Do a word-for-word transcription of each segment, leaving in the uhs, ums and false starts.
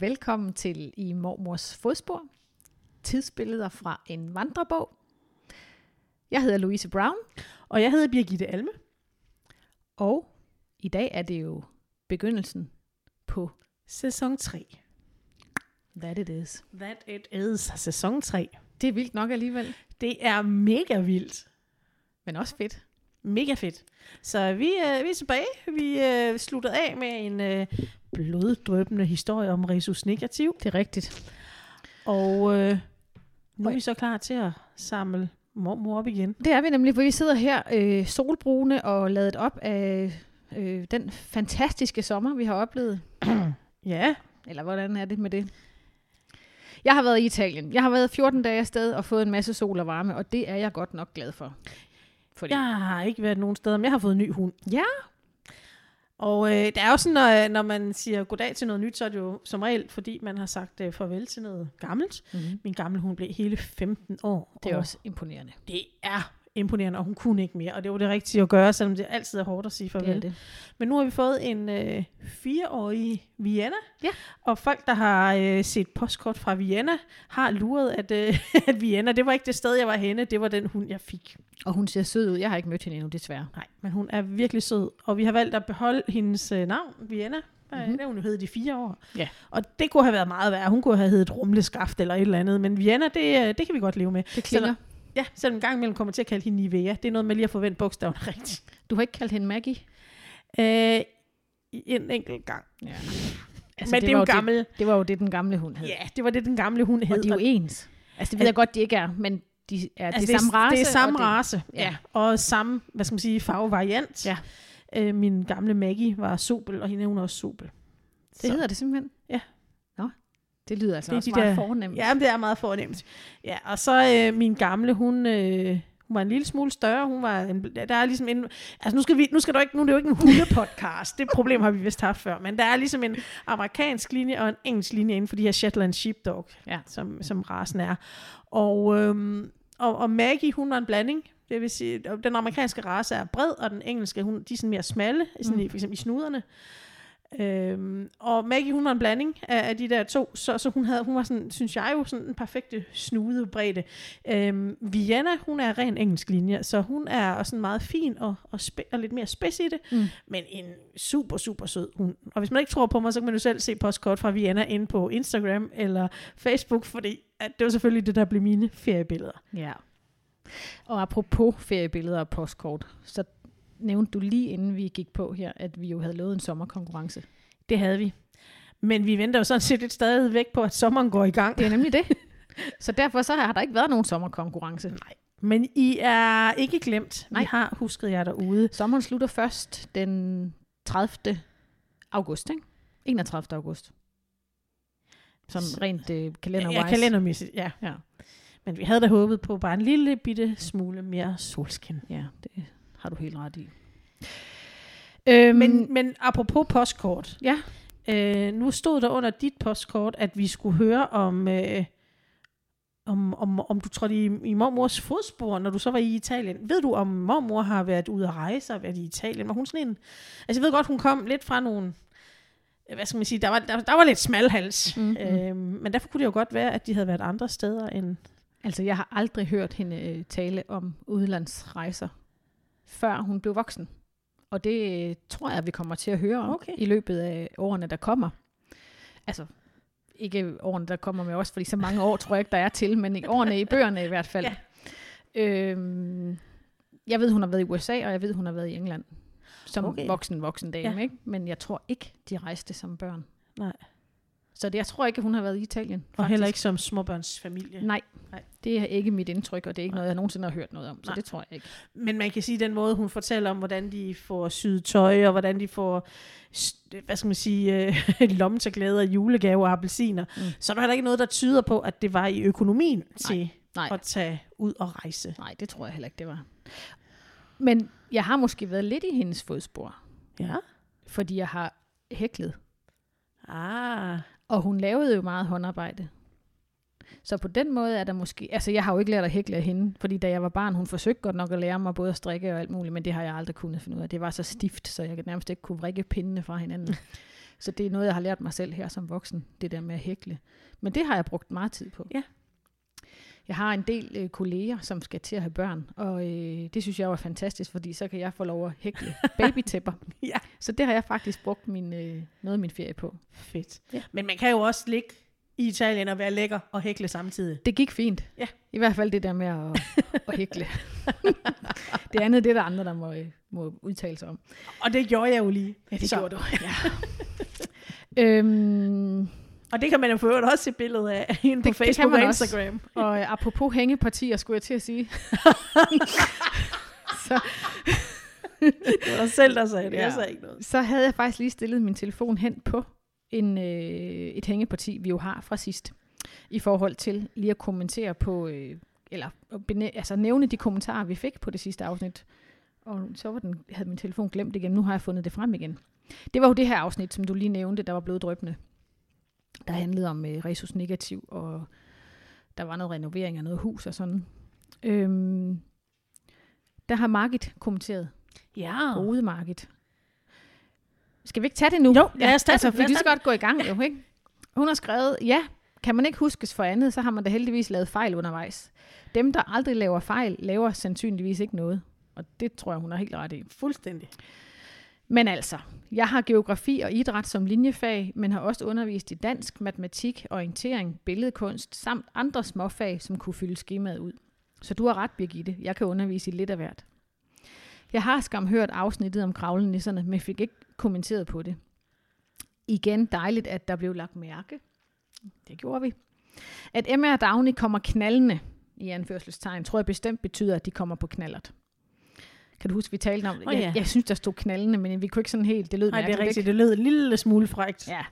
velkommen til I Mormors Fodspor. Tidsbilleder fra en vandrebog. Jeg hedder Louise Brown. Og jeg hedder Birgitte Alme. Og i dag er det jo begyndelsen på Sæson tre. That it is. That it is. Sæson tre. Det er vildt nok alligevel. Det er mega vildt. Men også fedt. Mega fedt. Så vi, øh, vi er tilbage. Vi øh, sluttede af med en øh, bloddrøbende historie om resus negativ. Det er rigtigt. Og øh, nu er Oj. vi så klar til at samle mormor op igen. Det er vi nemlig, for vi sidder her øh, solbrune og ladet op af øh, den fantastiske sommer, vi har oplevet. Ja. Eller hvordan er det med det? Jeg har været i Italien. Jeg har været fjorten dage afsted og fået en masse sol og varme, og det er jeg godt nok glad for. Fordi... Jeg har ikke været nogen steder, men jeg har fået en ny hund. Ja. Og øh, det er jo sådan, når, når man siger goddag til noget nyt, så er det jo som regel, fordi man har sagt øh, farvel til noget gammelt. Mm-hmm. Min gamle hund blev hele femten år. Det er også imponerende. Det er imponerende, og hun kunne ikke mere. Og det var det rigtige at gøre, selvom det altid er hårdt at sige farvel. Det er det. Men nu har vi fået en øh, fireårig Vienna. Ja. Og folk, der har øh, set postkort fra Vienna, har luret, at, øh, at Vienna, det var ikke det sted, jeg var henne. Det var den hund, jeg fik. Og hun ser sød ud. Jeg har ikke mødt hende endnu, desværre. Nej, men hun er virkelig sød. Og vi har valgt at beholde hendes øh, navn, Vienna. Mm-hmm. Det har hun jo heddet i fire år. Ja. Og det kunne have været meget værre. Hun kunne have heddet Rumleskaft eller et eller andet. Men Vienna, det, det kan vi godt leve med. Det klinger. Ja, selvom en gang imellem kommer til at kalde hende Nivea. Det er noget med lige at forvente bogstaverne rigtigt. Du har ikke kaldt hende Maggie? Øh, en enkelt gang. Ja. Altså, men det, det er jo gammel. Det, det var jo det, den gamle hund hed. Ja, det var det, den gamle hund hed. Og de er jo ens. Altså, det ved jeg godt, de ikke er, men de er altså, det, det samme race. Det er samme og race, det, ja. Og samme, hvad skal man sige, farvevariant. Ja. Øh, min gamle Maggie var Sobel, og hende hun er også Sobel. Det Så. hedder det simpelthen? Ja. Nå, det lyder altså det også de meget der, fornemt. Ja, men det er meget fornemt. Ja, og så øh, min gamle, hun... Øh, Hun var en lille smule større. Hun var en, der er ligesom en, altså nu skal vi, nu skal du ikke, nu er det jo ikke en hundepodcast. Det problem har vi vist haft før, men der er ligesom en amerikansk linje og en engelsk linje inden for de her Shetland Sheepdog, ja. som, som rasen er. Og, øhm, og, og Maggie, hun var en blanding. Det vil sige, den amerikanske race er bred, og den engelske, hun, de er sådan mere smalle, sådan mm. i, for eksempel i snuderne. Øhm, og Maggie, hun var en blanding af, af de der to, så, så hun, havde, hun var sådan, synes jeg jo, sådan en perfekte snudebredde. Øhm, Vienna, hun er ren engelsk linje, så hun er også sådan meget fin og, og, spe, og lidt mere spids i det, mm. men en super, super sød hund. Og hvis man ikke tror på mig, så kan man jo selv se postkort fra Vienna inde på Instagram eller Facebook, fordi at det var selvfølgelig det, der blev mine feriebilleder. Ja. Og apropos feriebilleder og postkort, så nævnte du lige inden vi gik på her, at vi jo havde lavet en sommerkonkurrence. Det havde vi. Men vi venter jo sådan set lidt stadig væk på, at sommeren går i gang. Det er nemlig det. Så derfor så har der ikke været nogen sommerkonkurrence. Nej. Men I er ikke glemt. Nej. Vi har husket jer derude. Sommeren slutter først den tredivte august, ikke? enogtredivte august. Sådan rent øh, kalenderwise. Ja, kalendermæssigt, ja. ja. Men vi havde da håbet på bare en lille bitte smule mere solskin. Ja, det har du helt ret i. Øhm, men, men apropos postkort. Ja. Øh, nu stod der under dit postkort, at vi skulle høre om, øh, om, om, om du trådte i, i mormors fodspor, når du så var i Italien. Ved du, om mormor har været ude at rejse og været i Italien? Var hun sådan en... Altså jeg ved godt, hun kom lidt fra nogle... Hvad skal man sige? Der var, der, der var lidt smalhals. Mm-hmm. Øh, men derfor kunne det jo godt være, at de havde været andre steder end... Altså jeg har aldrig hørt hende tale om udlandsrejser, før hun blev voksen. Og det tror jeg, vi kommer til at høre om okay. i løbet af årene, der kommer. Altså, ikke årene, der kommer med os, fordi så mange år tror jeg ikke, der er til, men i årene i bøgerne i hvert fald. Ja. Øhm, jeg ved, hun har været i U S A, og jeg ved, hun har været i England. Som okay. voksen, voksen dame, ja. Ikke? Men jeg tror ikke, de rejste som børn. Nej. Så det, jeg tror ikke, at hun har været i Italien. Faktisk. Og heller ikke som småbørnsfamilie. Nej, Nej, det er ikke mit indtryk, og det er ikke Nej. noget, jeg nogensinde har hørt noget om. Så Nej. det tror jeg ikke. Men man kan sige, den måde, hun fortæller om, hvordan de får syet tøj, og hvordan de får, hvad skal man sige, lommetørklæder, julegaver og appelsiner. Mm. Så der er der ikke noget, der tyder på, at det var i økonomien Nej. til Nej. at tage ud og rejse. Nej, det tror jeg heller ikke, det var. Men jeg har måske været lidt i hendes fodspor. Ja. Fordi jeg har hæklet. Ah. Og hun lavede jo meget håndarbejde. Så på den måde er der måske... Altså, jeg har jo ikke lært at hækle af hende, fordi da jeg var barn, hun forsøgte godt nok at lære mig både at strikke og alt muligt, men det har jeg aldrig kunnet finde ud af. Det var så stift, så jeg nærmest ikke kunne vrikke pindene fra hinanden. Så det er noget, jeg har lært mig selv her som voksen, det der med at hækle. Men det har jeg brugt meget tid på. Ja. Jeg har en del øh, kolleger, som skal til at have børn, og øh, det synes jeg var fantastisk, fordi så kan jeg få lov at hækle babytæpper. Ja. Så det har jeg faktisk brugt min, øh, noget af min ferie på. Fedt. Ja. Men man kan jo også ligge i Italien og være lækker og hækle samtidig. Det gik fint. Ja. I hvert fald det der med at, at hækle. Det andet, det er der andre, der må, må udtale sig om. Og det gjorde jeg jo lige. Ja, det så. gjorde du. Ja. øhm, og det kan man jo for øvrigt også se billeder af inde på det, Facebook det og også. Instagram. Og øh, apropos hængepartier, skulle jeg til at sige. så, det var dig selv, der sagde det. Ja. Jeg sagde ikke noget. Så havde jeg faktisk lige stillet min telefon hen på en, øh, et hængeparti, vi jo har fra sidst, i forhold til lige at kommentere på, øh, eller benæ- altså nævne de kommentarer, vi fik på det sidste afsnit. Og så var den, havde min telefon glemt igen. Nu har jeg fundet det frem igen. Det var jo det her afsnit, som du lige nævnte, der var bloddryppende. Der handlede om øh, resus negativ, og der var noget renovering af noget hus og sådan. Øhm, der har Margit kommenteret. Ja. Rode Margit. Skal vi ikke tage det nu? Jo, lad os tage altså, det. for vi kan lige så godt gå i gang, jo, ikke? Hun har skrevet, ja, kan man ikke huskes for andet, så har man da heldigvis lavet fejl undervejs. Dem, der aldrig laver fejl, laver sandsynligvis ikke noget. Og det tror jeg, hun har helt ret i. Fuldstændig. Men altså, jeg har geografi og idræt som linjefag, men har også undervist i dansk, matematik, orientering, billedkunst, samt andre småfag, som kunne fylde skemaet ud. Så du har ret, Birgitte. Jeg kan undervise i lidt af hvert. Jeg har skam hørt afsnittet om kravlenisserne, men fik ikke kommenteret på det. Igen dejligt, at der blev lagt mærke. Det gjorde vi. At Emma og Dagny kommer knaldende, i anførselstegn, tror jeg bestemt betyder, at de kommer på knallert. Kan du huske, vi talte om det? Oh, ja. jeg, jeg synes, der stod knaldende, men vi kunne ikke sådan helt, det lød Nej, mærkeligt. det er rigtigt. Det lød en lille smule frækt. Ja.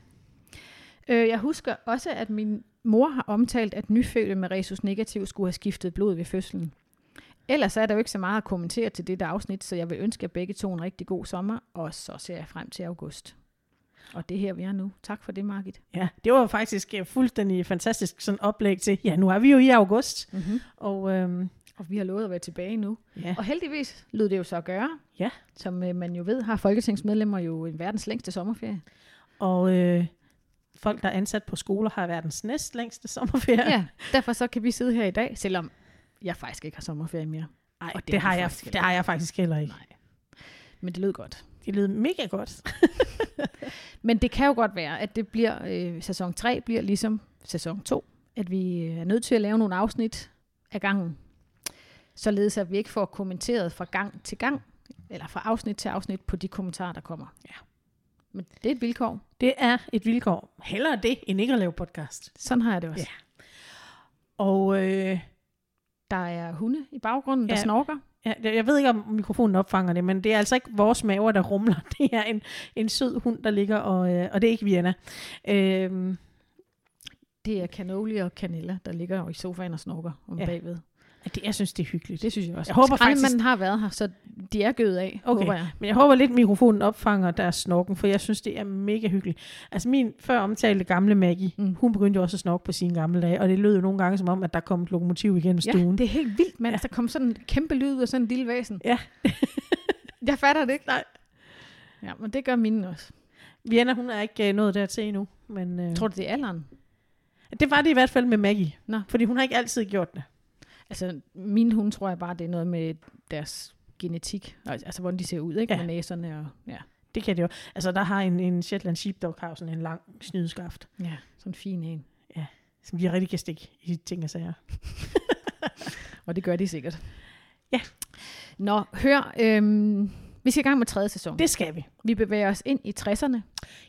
Øh, jeg husker også, at min mor har omtalt, at nyfødte med resus negativ skulle have skiftet blod ved fødslen. Ellers er der jo ikke så meget at kommentere til dette afsnit, så jeg vil ønske jer begge to en rigtig god sommer, og så ser jeg frem til august. Og det her vi er nu. Tak for det, Margit. Ja, det var faktisk fuldstændig fantastisk sådan oplæg til, ja, nu er vi jo i august, Mm-hmm. og, øhm, og vi har lovet at være tilbage nu. ja. Og heldigvis lød det jo så at gøre. Ja. Som øh, man jo ved, har folketingsmedlemmer jo en verdens længste sommerferie. Og øh, folk, der er ansat på skoler, har verdens næst længste sommerferie. Ja, derfor så kan vi sidde her i dag, selvom jeg faktisk ikke har sommerferie mere. Nej, Og det, det, har jeg, faktisk det har jeg faktisk heller ikke. Nej. Men det lød godt. Det lød mega godt. Men det kan jo godt være, at det bliver øh, sæson tre bliver ligesom sæson to. At vi er nødt til at lave nogle afsnit af gangen. Således at vi ikke får kommenteret fra gang til gang, eller fra afsnit til afsnit på de kommentarer, der kommer. Ja. Men det er et vilkår. Det er et vilkår. Hellere det, end ikke at lave podcast. Sådan har jeg det også. Ja. Og øh, Der er hunde i baggrunden, der Ja. snorker. ja, jeg ved ikke, om mikrofonen opfanger det, men det er altså ikke vores maver, der rumler. Det er en, en sød hund, der ligger, og, øh, og det er ikke Vienna. Øh, Det er Canoli og Canella, der ligger i sofaen og snorker om Ja. bagved. det, jeg synes, det er hyggeligt. Det synes jeg også. Jeg håber Skraldemanden faktisk- har været her, så de er gødet af, Okay. håber jeg. Men jeg håber lidt, mikrofonen opfanger deres snorken, for jeg synes, det er mega hyggeligt. Altså min før omtalte gamle Maggie, Mm. mm. hun begyndte jo også at snorke på sine gamle dage, og det lød jo nogle gange som om, at der kom et lokomotiv igennem Ja, stuen. det er helt vildt, mand. Ja. Der kom sådan en kæmpe lyd ud af sådan en lille væsen. Ja. Jeg fatter det ikke. Nej. Ja, men det gør mine også. Vienna, hun er ikke øh, nået dertil endnu. Men, øh, Tror du, det er alderen? det var det i hvert fald med Maggie. Nå. Fordi hun har ikke altid gjort det. Altså, mine hunde tror jeg bare, det er noget med deres genetik. Altså, hvordan de ser ud, ikke? Ja. Med næserne og... Ja, Det kan det jo. Altså, der har en, en Shetland Sheepdog har jo sådan en lang snydeskaft, ja, sådan en fin en. som de rigtig kan stikke i ting og sager. Og det gør de sikkert. Ja. Nå, hør. Øhm, vi skal i gang med tredje sæson. Det skal vi. Vi bevæger os ind i tresserne.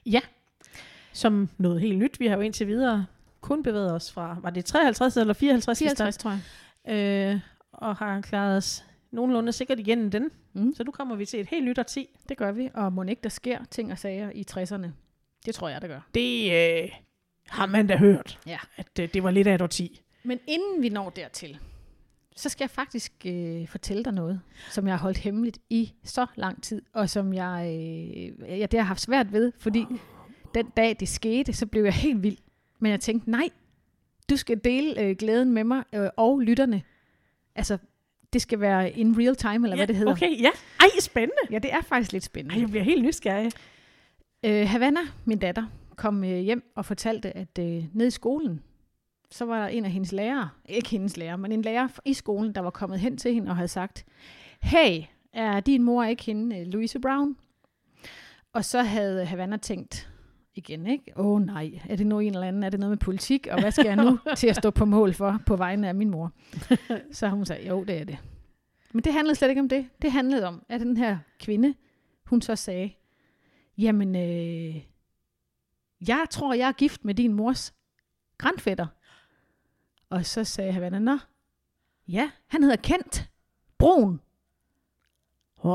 Som noget helt nyt. Vi har jo indtil videre kun bevæget os fra, var det treoghalvtreds eller fireoghalvtreds? fireoghalvtreds, tror jeg. Øh, og har klaret os nogenlunde sikkert igennem den. Mm. Så nu kommer vi til et helt nyt årti. Det gør vi. Og må ikke, der sker ting og sager i tresserne. Det tror jeg, der gør. Det øh, har man da hørt, Ja. at øh, det var lidt af et årti. Men inden vi når dertil, så skal jeg faktisk øh, fortælle dig noget, som jeg har holdt hemmeligt i så lang tid, og som jeg, øh, ja, det har haft svært ved, fordi den dag det skete, så blev jeg helt vild. Men jeg tænkte, nej, du skal dele øh, glæden med mig øh, og lytterne. Altså, det skal være in real time, eller ja, hvad det hedder. Okay, ja. Ej, spændende. Ja, det er faktisk lidt spændende. Ej, jeg bliver helt nysgerrig. Øh, Havana, min datter, kom øh, hjem og fortalte, at øh, nede i skolen, så var der en af hendes lærere, ikke hendes lærer, men en lærer i skolen, der var kommet hen til hende og havde sagt, hey, er din mor ikke hende, Louise Brown? Og så havde Havana tænkt igen, ikke? Åh oh, nej, er det nu en eller anden, er det noget med politik, og hvad skal jeg nu til at stå på mål for på vegne af min mor? Så hun sagde, jo, det er det. Men det handlede slet ikke om det. Det handlede om, at den her kvinde, hun så sagde, jamen, øh, jeg tror, jeg er gift med din mors grandfætter. Og så sagde Havana, nå, ja, han hedder Kent Brun. Oh.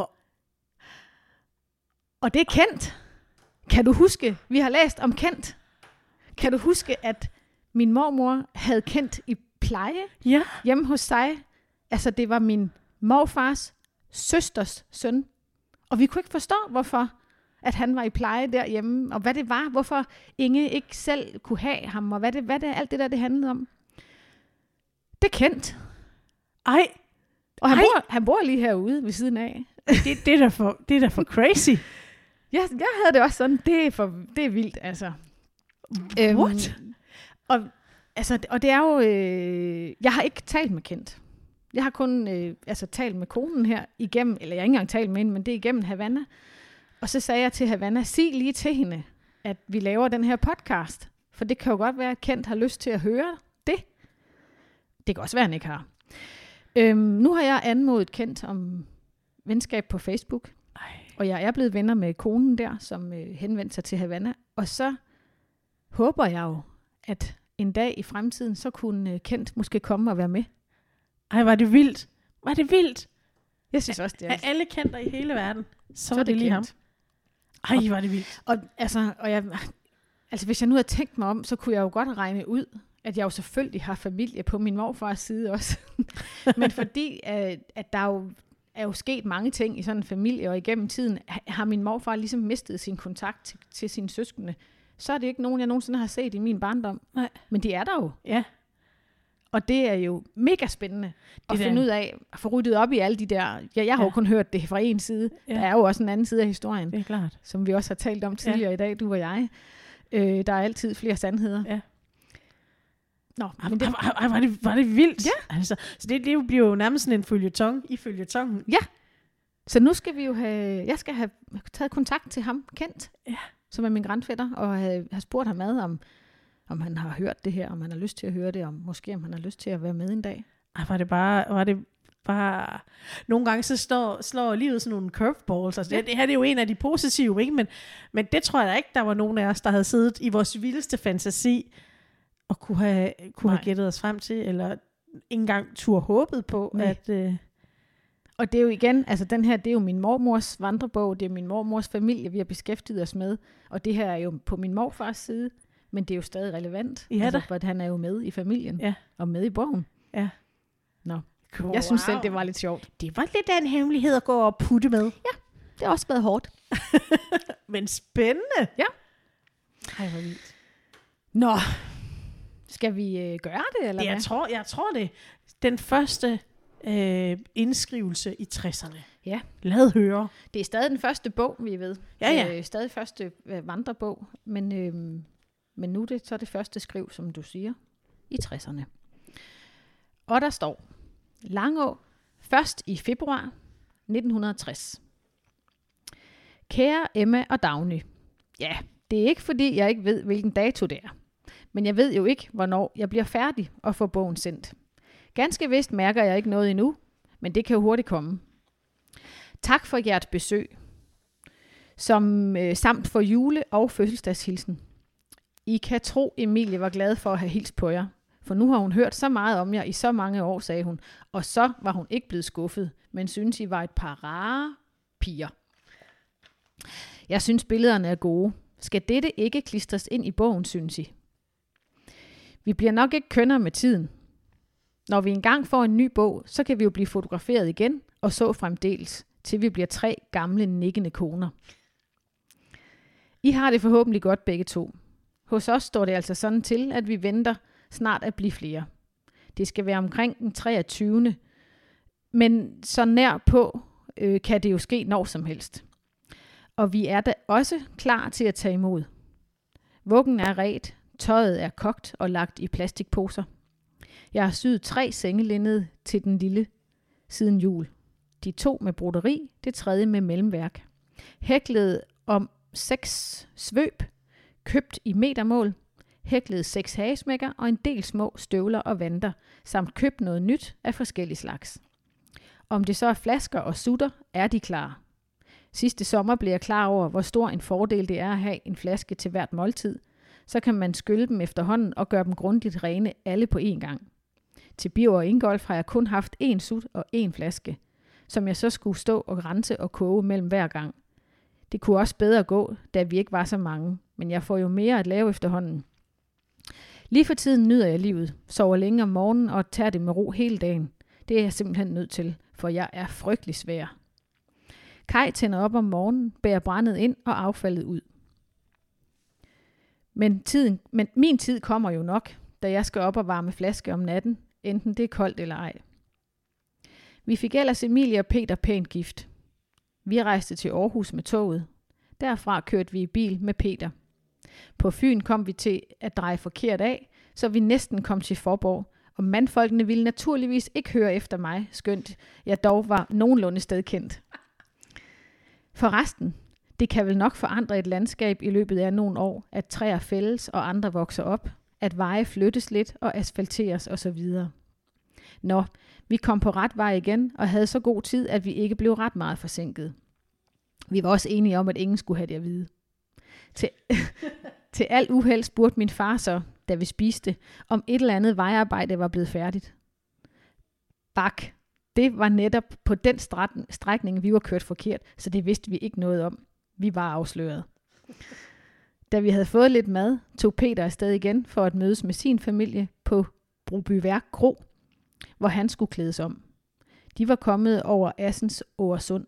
Og det er Kent. Kan du huske, vi har læst om Kent. Kan du huske, at min mormor havde Kent i pleje ja. hjemme hos sig? Altså, det var min morfars søsters søn. Og vi kunne ikke forstå, hvorfor at han var i pleje derhjemme, og hvad det var, hvorfor Inge ikke selv kunne have ham, og hvad det, hvad det alt det der, det handlede om. Det er Kent. Ej. Og han Ej. bor, han bor lige herude ved siden af. det, det, er da for, det er da for crazy. Ja, jeg havde det også sådan, det er, for, det er vildt, altså. What? Øhm, og, altså, og det er jo, øh, jeg har ikke talt med Kent. Jeg har kun øh, altså, talt med konen her igennem, eller jeg har ikke engang talt med hende, men det er igennem Havana. Og så sagde jeg til Havana, sig lige til hende, at vi laver den her podcast. For det kan jo godt være, at Kent har lyst til at høre det. Det kan også være, at han ikke har. Øhm, nu har jeg anmodet Kent om venskab på Facebook. Ej. Og jeg er blevet venner med konen der, som øh, henvendte sig til Havana. Og så håber jeg jo, at en dag i fremtiden, så kunne øh, Kent måske komme og være med. Ej, var det vildt. Var det vildt. Jeg synes også, det er. Af alle kendte i hele verden, så, så var det, det lige Kent. ham. Ej, var det vildt. Og, altså, og jeg, altså, hvis jeg nu havde tænkt mig om, så kunne jeg jo godt regne ud, at jeg jo selvfølgelig har familie på min morfars side også. Men fordi, at, at der jo er jo sket mange ting i sådan en familie, og igennem tiden har min morfar ligesom mistet sin kontakt til, til sine søskende. Så er det ikke nogen, jeg nogensinde har set i min barndom. Nej. Men de er der jo. Ja. Og det er jo mega spændende det at finde der. ud af, at få ryddet op i alle de der. Ja, jeg har ja. jo kun hørt det fra en side. Ja. Der er jo også en anden side af historien. Det er klart. Som vi også har talt om tidligere ja. i dag, du og jeg. Øh, der er altid flere sandheder. Ja. Nå, men det, var, var, det, var det vildt? Ja. Altså, så det, det bliver jo nærmest sådan en føljeton i føljetongen. Ja. Så nu skal vi jo have, jeg skal have taget kontakt til ham, Kent, ja. som er min grandfætter, og have, have spurgt ham ad, om, om han har hørt det her, om han har lyst til at høre det, om måske om han har lyst til at være med en dag. Ej, var det bare, var det bare, nogle gange så slår, slår livet sådan nogle curveballs, altså ja. det, det her det er jo en af de positive, ikke? Men, men det tror jeg da ikke, der var nogen af os, der havde siddet i vores vildeste fantasi, og kunne have, kunne have gættet os frem til, eller ikke engang tur håbet på, Nej. at... Øh... Og det er jo igen, altså den her, det er jo min mormors vandrebog, det er min mormors familie, vi har beskæftiget os med, og det her er jo på min morfars side, men det er jo stadig relevant, ja, altså, for han er jo med i familien, ja. og med i bogen. Ja. Nå, wow. Jeg synes selv, det var lidt sjovt. Det var lidt af en hemmelighed at gå og putte med. Ja, det har også været hårdt. Men spændende. Ja. Ej, hvor vildt. Nå, skal vi øh, gøre det, eller jeg hvad? Tror, jeg tror det. Den første øh, indskrivelse i tresserne. Ja. Lad høre. Det er stadig den første bog, vi ved. Ja, ja. Det er stadig første øh, vandrebog, men, øh, men nu er det så det første skriv, som du siger, i tresserne. Og der står, Langå, først i februar nitten tres. Kære Emma og Dagny. Ja, det er ikke fordi, jeg ikke ved, hvilken dato det er. Men jeg ved jo ikke, hvornår jeg bliver færdig og får bogen sendt. Ganske vist mærker jeg ikke noget endnu, men det kan jo hurtigt komme. Tak for jeres besøg, som øh, samt for jule- og fødselsdagshilsen. I kan tro, Emilie var glad for at have hils på jer, for nu har hun hørt så meget om jer i så mange år, sagde hun, og så var hun ikke blevet skuffet, men synes I var et par rare piger. Jeg synes billederne er gode. Skal dette ikke klistres ind i bogen, synes I? Vi bliver nok ikke kønnere med tiden. Når vi engang får en ny bog, så kan vi jo blive fotograferet igen, og så fremdeles, til vi bliver tre gamle nikkende koner. I har det forhåbentlig godt begge to. Hos os står det altså sådan til, at vi venter snart at blive flere. Det skal være omkring den treogtyvende Men så nær på øh, kan det jo ske når som helst. Og vi er da også klar til at tage imod. Vuggen er ret, tøjet er kogt og lagt i plastikposer. Jeg har syet tre sengelinnede til den lille siden jul. De to med broderi, det tredje med mellemværk. Hæklet om seks svøb, købt i metermål. Hæklet seks hagesmækker og en del små støvler og vanter, samt købt noget nyt af forskellige slags. Om det så er flasker og sutter, er de klar. Sidste sommer blev jeg klar over, hvor stor en fordel det er at have en flaske til hvert måltid. Så kan man skylle dem efterhånden og gøre dem grundigt rene alle på én gang. Til Birger og Ingolf har jeg kun haft én sut og én flaske, som jeg så skulle stå og rense og koge mellem hver gang. Det kunne også bedre gå, da vi ikke var så mange, men jeg får jo mere at lave efterhånden. Lige for tiden nyder jeg livet, sover længe om morgenen og tager det med ro hele dagen. Det er jeg simpelthen nødt til, for jeg er frygtelig svær. Kai tænder op om morgenen, bærer brændet ind og affaldet ud. Men, tiden, men min tid kommer jo nok, da jeg skal op og varme flaske om natten, enten det er koldt eller ej. Vi fik ellers Emilie og Peter pænt gift. Vi rejste til Aarhus med toget. Derfra kørte vi i bil med Peter. På Fyn kom vi til at dreje forkert af, så vi næsten kom til Forborg, og mandfolkene ville naturligvis ikke høre efter mig, skønt jeg dog var nogenlunde stedkendt. Forresten, det kan vel nok forandre et landskab i løbet af nogle år, at træer fældes og andre vokser op, at veje flyttes lidt og asfalteres osv. Nå, vi kom på ret vej igen og havde så god tid, at vi ikke blev ret meget forsinket. Vi var også enige om, at ingen skulle have det at vide. Til, til al uheld spurgte min far så, da vi spiste, om et eller andet vejarbejde var blevet færdigt. Bak, det var netop på den strækning, vi var kørt forkert, så det vidste vi ikke noget om. Vi var afsløret. Da vi havde fået lidt mad, tog Peter afsted igen for at mødes med sin familie på Brobyværk Kro, hvor han skulle klædes om. De var kommet over Assens Åresund.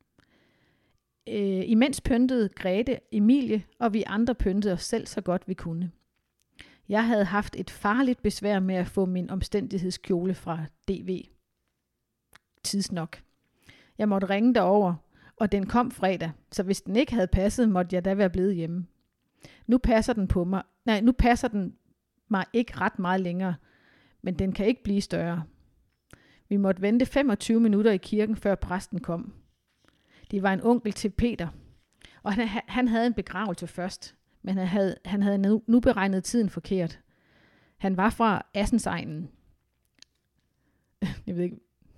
Øh, imens pyntede Grete, Emilie og vi andre pyntede os selv så godt vi kunne. Jeg havde haft et farligt besvær med at få min omstændighedskjole fra D V. Tidsnok. Jeg måtte ringe derover, og den kom fredag, så hvis den ikke havde passet, måtte jeg da være blevet hjemme. Nu passer den på mig. Nej, nu passer den mig ikke ret meget længere, men den kan ikke blive større. Vi måtte vente femogtyve minutter i kirken, før præsten kom. Det var en onkel til Peter, og han, han havde en begravelse først, men han havde, han havde nu, nu beregnet tiden forkert. Han var fra Assensegnen. Jeg ved ikke.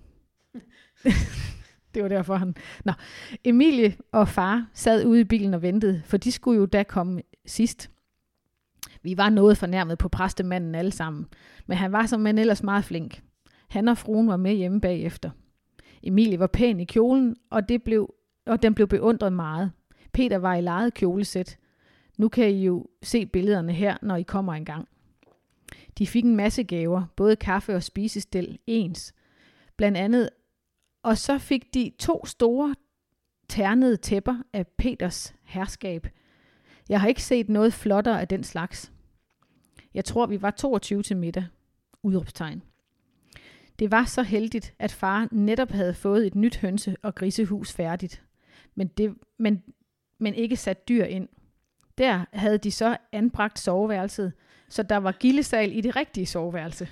Det var derfor han... Nå, Emilie og far sad ude i bilen og ventede, for de skulle jo da komme sidst. Vi var noget fornærmet på præstemanden alle sammen, men han var som en ellers meget flink. Han og fruen var med hjemme bagefter. Emilie var pæn i kjolen, og, det blev, og den blev beundret meget. Peter var i lejet kjolesæt. Nu kan I jo se billederne her, når I kommer engang. De fik en masse gaver, både kaffe og spisestel ens. Blandt andet, og så fik de to store ternede tæpper af Peters herskab. Jeg har ikke set noget flottere af den slags. Jeg tror, vi var toogtyve til middag. Udråbstegn. Det var så heldigt, at far netop havde fået et nyt hønse- og grisehus færdigt, men, det, men, men ikke sat dyr ind. Der havde de så anbragt soveværelset, så der var gildesal i det rigtige soveværelse.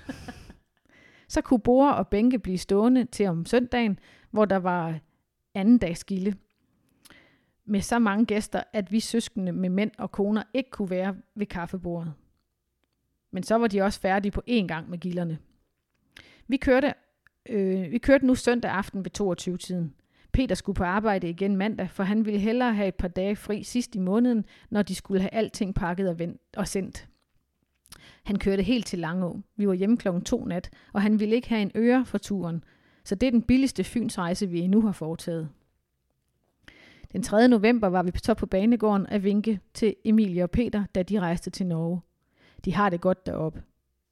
Så kunne borde og bænke blive stående til om søndagen, hvor der var anden dags gilde. Med så mange gæster, at vi søskende med mænd og koner ikke kunne være ved kaffebordet. Men så var de også færdige på én gang med gilderne. Vi kørte, øh, vi kørte nu søndag aften ved toogtyve-tiden. Peter skulle på arbejde igen mandag, for han ville hellere have et par dage fri sidst i måneden, når de skulle have alting pakket og, vendt og sendt. Han kørte helt til Langå. Vi var hjemme klokken to nat, og han ville ikke have en øre for turen. Så det er den billigste Fynsrejse, vi endnu har foretaget. Den tredje november var vi så på banegården at vinke til Emilie og Peter, da de rejste til Norge. De har det godt deroppe.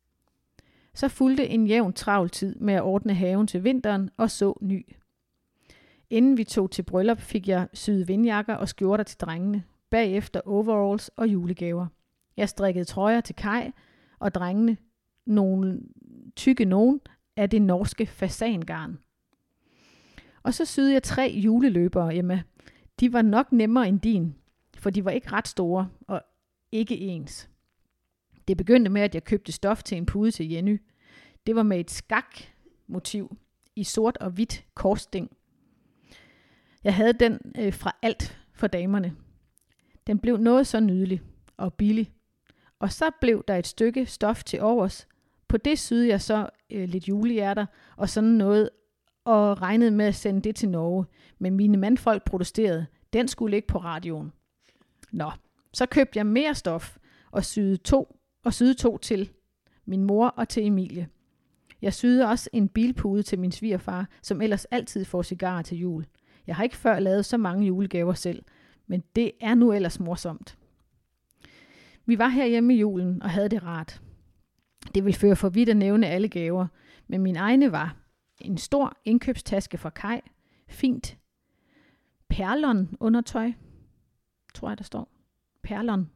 Så fulgte en jævn travl tid med at ordne haven til vinteren og så ny. Inden vi tog til bryllup, fik jeg syet vindjakker og skjorter til drengene, bagefter overalls og julegaver. Jeg strikkede trøjer til Kai og drengene nogle tykke nogen af det norske fasangarn. Og så syede jeg tre juleløbere hjemme. De var nok nemmere end din, for de var ikke ret store og ikke ens. Det begyndte med, at jeg købte stof til en pude til Jenny. Det var med et skak-motiv i sort og hvidt korssting. Jeg havde den øh, fra alt for damerne. Den blev noget så nydelig og billig. Og så blev der et stykke stof til overs. På det syede jeg så øh, lidt julehjerter og sådan noget, og regnede med at sende det til Norge. Men mine mandfolk protesterede. Den skulle ikke på radioen. Nå, så købte jeg mere stof og syede to, og syede to til min mor og til Emilie. Jeg syede også en bilpude til min svigerfar, som ellers altid får cigarer til jul. Jeg har ikke før lavet så mange julegaver selv, men det er nu ellers morsomt. Vi var herhjemme i julen og havde det rart. Det vil føre for vidt at nævne alle gaver, men min egne var en stor indkøbstaske fra Kai, fint perlon undertøj, tror jeg der står, perlon,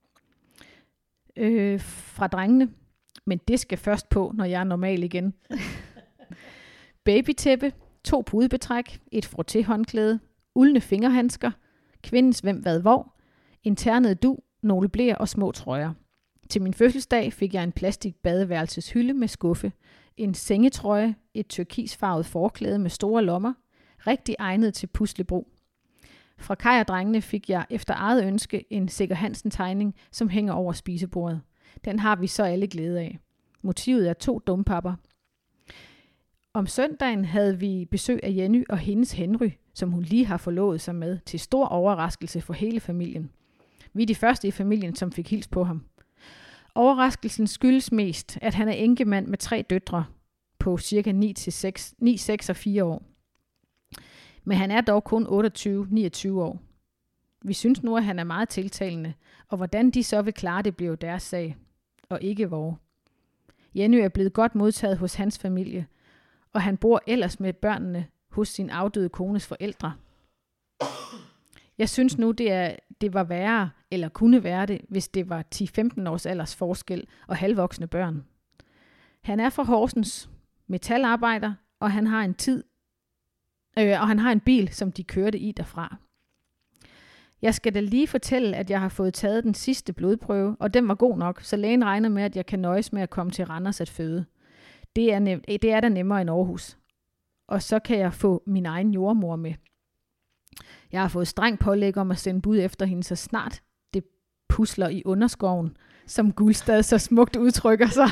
øh, fra drengene, men det skal først på, når jeg er normal igen. Babytæppe, to pudebetræk, et frotté-håndklæde, uldne fingerhandsker, kvindens hvem hvad hvor, en ternet du, nogle bleer og små trøjer. Til min fødselsdag fik jeg en plastik badeværelseshylde med skuffe, en sengetrøje, et turkisfarvet forklæde med store lommer, rigtig egnet til puslebrug. Fra Kai og drengene fik jeg efter eget ønske en Sikker Hansen-tegning, som hænger over spisebordet. Den har vi så alle glæde af. Motivet er to dumpapper. Om søndagen havde vi besøg af Jenny og hendes Henry, som hun lige har forlovet sig med, til stor overraskelse for hele familien. Vi er de første i familien, som fik hils på ham. Overraskelsen skyldes mest, at han er enkemand med tre døtre på cirka ni, seks og fire år. Men han er dog kun otteogtyve til niogtyve år. Vi synes nu, at han er meget tiltalende, og hvordan de så vil klare det, bliver deres sag, og ikke vores. Jenny er blevet godt modtaget hos hans familie, og han bor ellers med børnene hos sin afdøde kones forældre. Jeg synes nu, det, er, det var værre, eller kunne være det, hvis det var ti til femten års alders forskel og halvvoksne børn. Han er fra Horsens, metalarbejder, og han har en tid, øh, og han har en bil, som de kørte i derfra. Jeg skal da lige fortælle, at jeg har fået taget den sidste blodprøve, og den var god nok, så lægen regner med, at jeg kan nøjes med at komme til Randers at føde. Det er, nem- det er da nemmere end Aarhus. Og så kan jeg få min egen jordmor med. Jeg har fået streng pålæg om at sende bud efter hende, så snart det pusler i underskoven, som Guldstad så smukt udtrykker sig.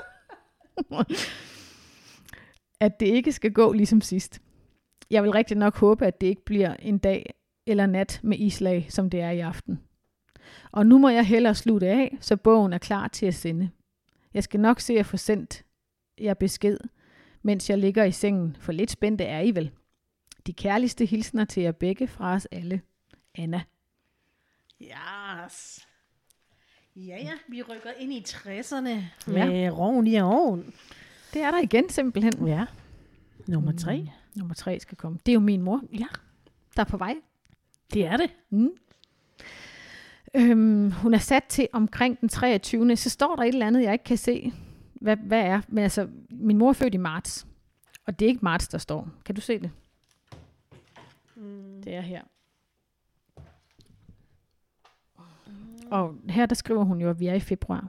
At det ikke skal gå ligesom sidst. Jeg vil rigtig nok håbe, at det ikke bliver en dag eller nat med islag, som det er i aften. Og nu må jeg hellere slutte af, så bogen er klar til at sende. Jeg skal nok se at få sendt jer besked, mens jeg ligger i sengen, for lidt spændte er I vel. De kærligste hilsner til jer begge fra os alle. Anna. Yes. Ja, ja, vi rykker ind i tresserne med ja. Roven i oven. Det er der igen simpelthen. Ja. Nummer tre. Mm. Nummer tre skal komme. Det er jo min mor, ja. Der er på vej. Det er det. Mm. Øhm, hun er sat til omkring den treogtyvende Så står der et eller andet, jeg ikke kan se, hvad, hvad er. Men altså, min mor er født i marts. Og det er ikke marts, der står. Kan du se det? Mm. Det er her. Mm. Og her der skriver hun jo, at vi er i februar.